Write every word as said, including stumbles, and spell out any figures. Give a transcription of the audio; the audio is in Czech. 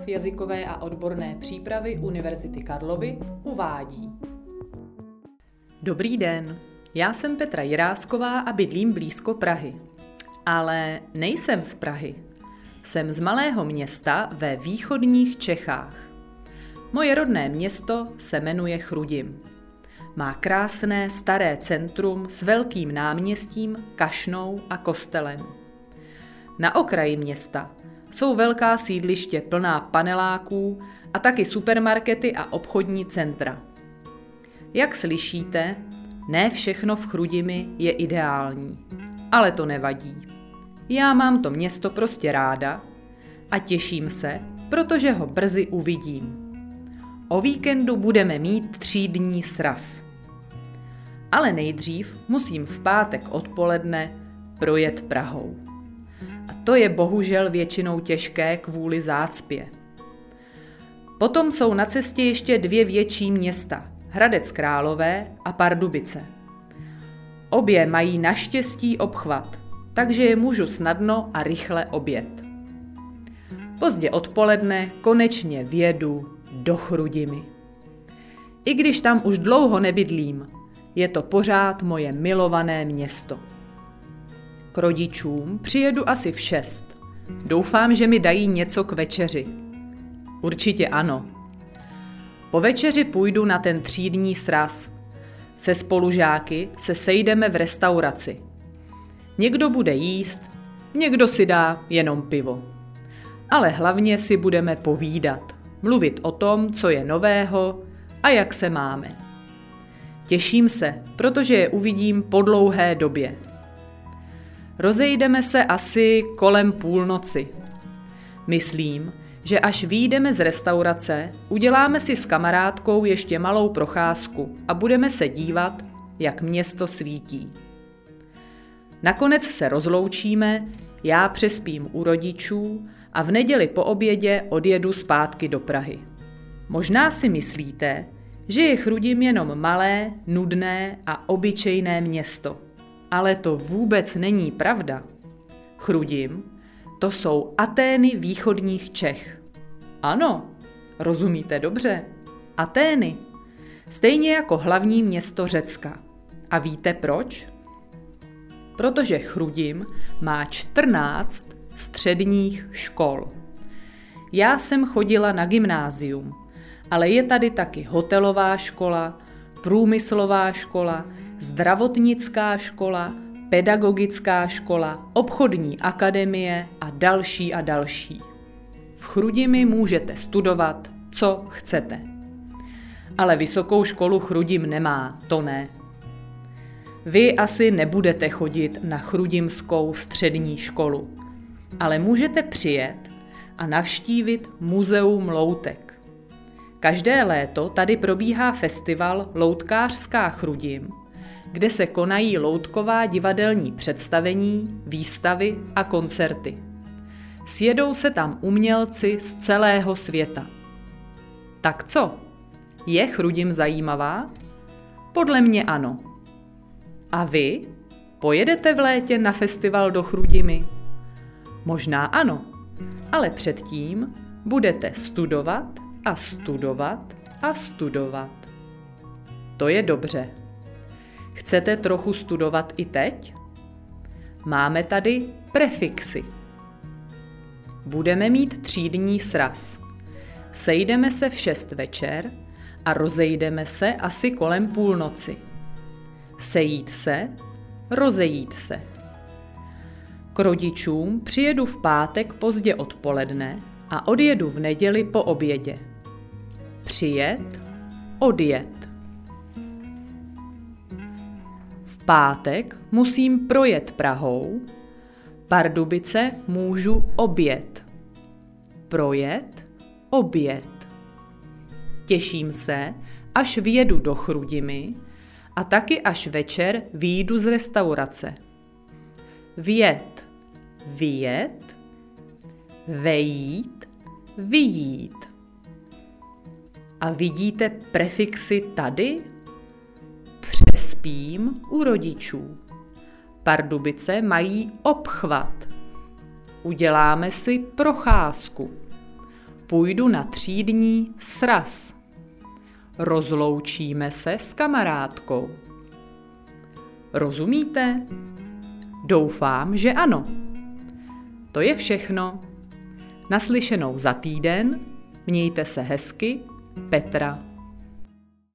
Ústav jazykové a odborné přípravy Univerzity Karlovy uvádí. Dobrý den, já jsem Petra Jirásková a bydlím blízko Prahy. Ale nejsem z Prahy. Jsem z malého města ve východních Čechách. Moje rodné město se jmenuje Chrudim. Má krásné staré centrum s velkým náměstím, kašnou a kostelem. Na okraji města jsou velká sídliště plná paneláků a taky supermarkety a obchodní centra. Jak slyšíte, ne všechno v Chrudimi je ideální, ale to nevadí. Já mám to město prostě ráda a těším se, protože ho brzy uvidím. O víkendu budeme mít třídní sraz. Ale nejdřív musím v pátek odpoledne projet Prahou. A to je bohužel většinou těžké kvůli zácpě. Potom jsou na cestě ještě dvě větší města, Hradec Králové a Pardubice. Obě mají naštěstí obchvat, takže je můžu snadno a rychle objet. Pozdě odpoledne konečně vjedu do Chrudimi. I když tam už dlouho nebydlím, je to pořád moje milované město. K rodičům přijedu asi v šest. Doufám, že mi dají něco k večeři. Určitě ano. Po večeři půjdu na ten třídní sraz. Se spolužáky se sejdeme v restauraci. Někdo bude jíst, někdo si dá jenom pivo. Ale hlavně si budeme povídat, mluvit o tom, co je nového a jak se máme. Těším se, protože je uvidím po dlouhé době. Rozejdeme se asi kolem půlnoci. Myslím, že až vyjdeme z restaurace, uděláme si s kamarádkou ještě malou procházku a budeme se dívat, jak město svítí. Nakonec se rozloučíme, já přespím u rodičů a v neděli po obědě odjedu zpátky do Prahy. Možná si myslíte, že je Chrudim jenom malé, nudné a obyčejné město. Ale to vůbec není pravda. Chrudim, to jsou Atény východních Čech. Ano, rozumíte dobře. Atény. Stejně jako hlavní město Řecka. A víte proč? Protože Chrudim má čtrnáct středních škol. Já jsem chodila na gymnázium, ale je tady taky hotelová škola, průmyslová škola, zdravotnická škola, pedagogická škola, obchodní akademie a další a další. V Chrudimi můžete studovat, co chcete. Ale vysokou školu Chrudim nemá, to ne. Vy asi nebudete chodit na chrudimskou střední školu, ale můžete přijet a navštívit muzeum loutek. Každé léto tady probíhá festival Loutkářská Chrudim, kde se konají loutková divadelní představení, výstavy a koncerty. Sjedou se tam umělci z celého světa. Tak co? Je Chrudim zajímavá? Podle mě ano. A vy? Pojedete v létě na festival do Chrudimi? Možná ano, ale předtím budete studovat a studovat a studovat. To je dobře. Chcete trochu studovat i teď? Máme tady prefixy. Budeme mít třídní sraz. Sejdeme se v šest večer a rozejdeme se asi kolem půlnoci. Sejít se, rozejít se. K rodičům přijedu v pátek pozdě odpoledne a odjedu v neděli po obědě. Přijet, odjet. V pátek musím projet Prahou, Pardubice můžu objet. Projet, objet. Těším se, až vyjedu do Chrudimi a taky až večer vyjdu z restaurace. Vjet, vyjet, vejít, vyjít. A vidíte prefixy tady? Přespím u rodičů. Pardubice mají obchvat. Uděláme si procházku. půjdu na třídní sraz. Rozloučíme se s kamarádkou. Rozumíte? Doufám, že ano. To je všechno. Naslyšenou za týden, mějte se hezky, Petra.